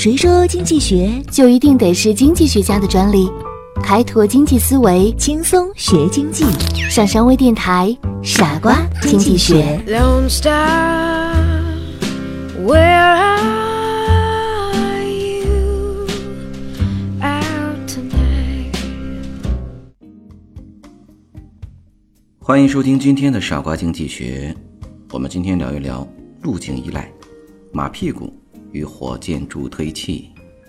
谁说经济学就一定得是经济学家的专利？开拓经济思维， 轻松学经济？ 上山微电台，傻瓜经济学。 Lone Star, where are you out tonight? 欢迎收听今天的傻瓜经济学。我们今天聊一聊路径依赖、马屁股与火箭助推器。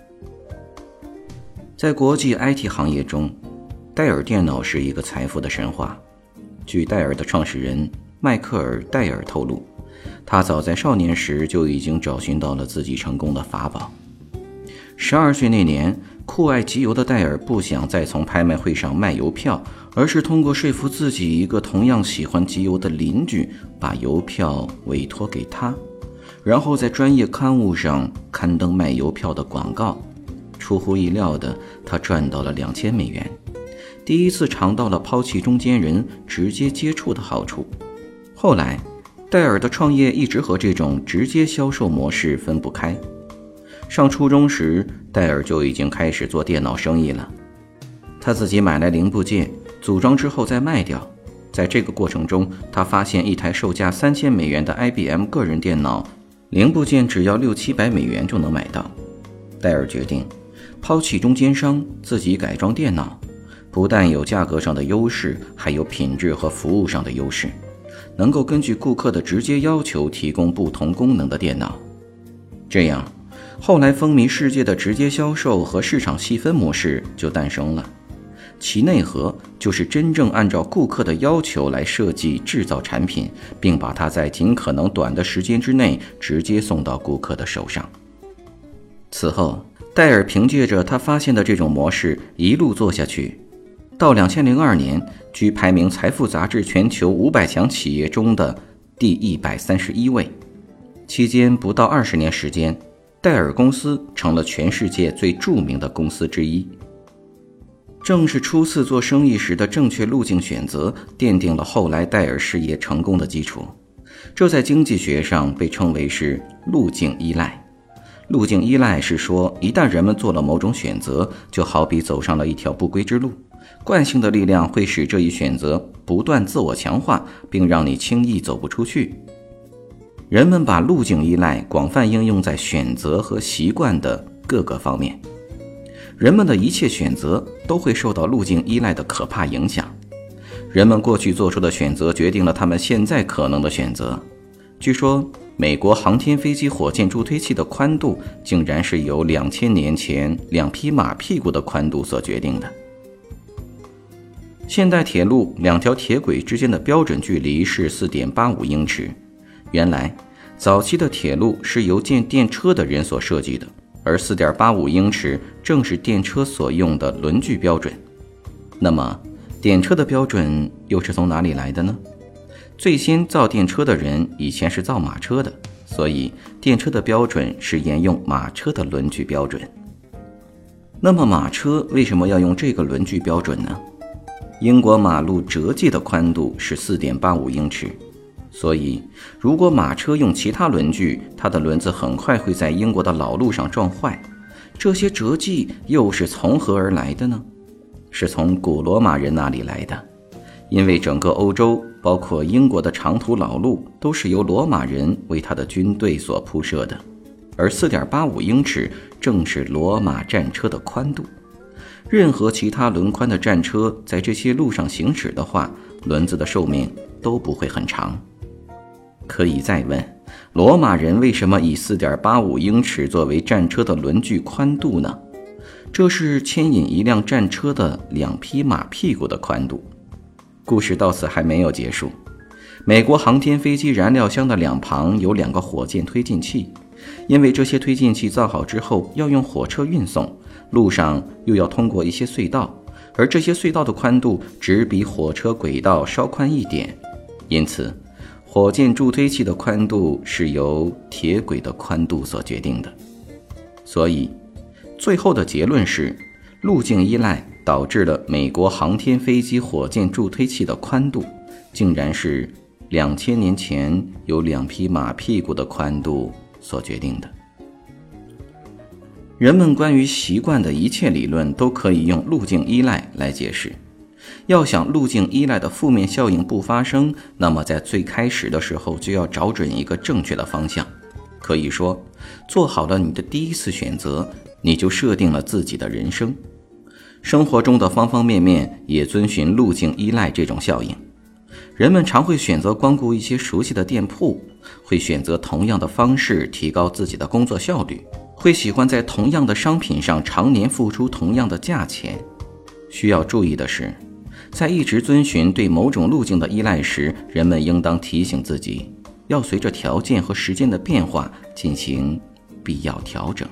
在国际 IT 行业中，戴尔电脑是一个财富的神话。据戴尔的创始人迈克尔·戴尔透露，他早在少年时就已经找寻到了自己成功的法宝。12岁那年，酷爱集邮的戴尔不想再从拍卖会上卖邮票，而是通过说服自己一个同样喜欢集邮的邻居，把邮票委托给他，然后在专业刊物上刊登卖邮票的广告。出乎意料的，他赚到了2000美元，第一次尝到了抛弃中间人直接接触的好处。后来戴尔的创业一直和这种直接销售模式分不开。上初中时，戴尔就已经开始做电脑生意了。他自己买来零部件，组装之后再卖掉。在这个过程中，他发现一台售价3000美元的 IBM 个人电脑，零部件只要600-700美元就能买到。戴尔决定抛弃中间商，自己改装电脑，不但有价格上的优势，还有品质和服务上的优势，能够根据顾客的直接要求提供不同功能的电脑。这样，后来风靡世界的直接销售和市场细分模式就诞生了。其内核就是真正按照顾客的要求来设计制造产品，并把它在尽可能短的时间之内直接送到顾客的手上。此后，戴尔凭借着他发现的这种模式一路做下去，到2002年居排名财富杂志全球500强企业中的第131位。期间不到20年时间，戴尔公司成了全世界最著名的公司之一。正是初次做生意时的正确路径选择，奠定了后来戴尔事业成功的基础。这在经济学上被称为是路径依赖。路径依赖是说，一旦人们做了某种选择，就好比走上了一条不归之路，惯性的力量会使这一选择不断自我强化，并让你轻易走不出去。人们把路径依赖广泛应用在选择和习惯的各个方面。人们的一切选择都会受到路径依赖的可怕影响。人们过去做出的选择决定了他们现在可能的选择。据说美国航天飞机火箭助推器的宽度竟然是由2000年前2匹马屁股的宽度所决定的。现代铁路两条铁轨之间的标准距离是 4.85 英尺。原来早期的铁路是由建电车的人所设计的，而 4.85 英尺正是电车所用的轮距标准。那么电车的标准又是从哪里来的呢？最先造电车的人以前是造马车的，所以电车的标准是沿用马车的轮距标准。那么马车为什么要用这个轮距标准呢？英国马路折际的宽度是 4.85 英尺，所以如果马车用其他轮距，它的轮子很快会在英国的老路上撞坏。这些折际又是从何而来的呢？是从古罗马人那里来的。因为整个欧洲，包括英国的长途老路，都是由罗马人为他的军队所铺设的，而 4.85 英尺正是罗马战车的宽度。任何其他轮宽的战车在这些路上行驶的话，轮子的寿命都不会很长。可以再问，罗马人为什么以 4.85 英尺作为战车的轮距宽度呢？这是牵引一辆战车的2匹马屁股的宽度。故事到此还没有结束。美国航天飞机燃料箱的两旁有2个火箭推进器，因为这些推进器造好之后要用火车运送，路上又要通过一些隧道，而这些隧道的宽度只比火车轨道稍宽一点，因此火箭助推器的宽度是由铁轨的宽度所决定的。所以最后的结论是，路径依赖导致了美国航天飞机火箭助推器的宽度竟然是2000年前由2匹马屁股的宽度所决定的。 人们关于习惯的一切理论都可以用路径依赖来解释。要想路径依赖的负面效应不发生，那么在最开始的时候就要找准一个正确的方向。可以说，做好了你的第一次选择，你就设定了自己的人生。生活中的方方面面也遵循路径依赖这种效应。人们常会选择光顾一些熟悉的店铺，会选择同样的方式提高自己的工作效率，会喜欢在同样的商品上常年付出同样的价钱。需要注意的是，在一直遵循对某种路径的依赖时，人们应当提醒自己，要随着条件和时间的变化进行必要调整。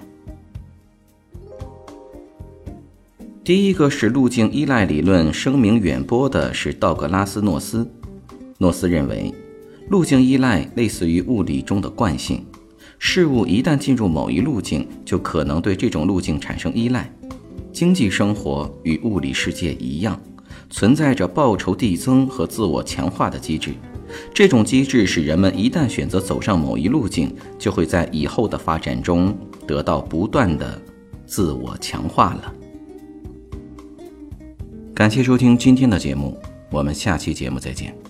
第一个使路径依赖理论声名远播的是道格拉斯·诺斯。诺斯认为，路径依赖类似于物理中的惯性，事物一旦进入某一路径，就可能对这种路径产生依赖。经济生活与物理世界一样，存在着报酬递增和自我强化的机制。这种机制使人们一旦选择走上某一路径，就会在以后的发展中得到不断的自我强化了。感谢收听今天的节目，我们下期节目再见。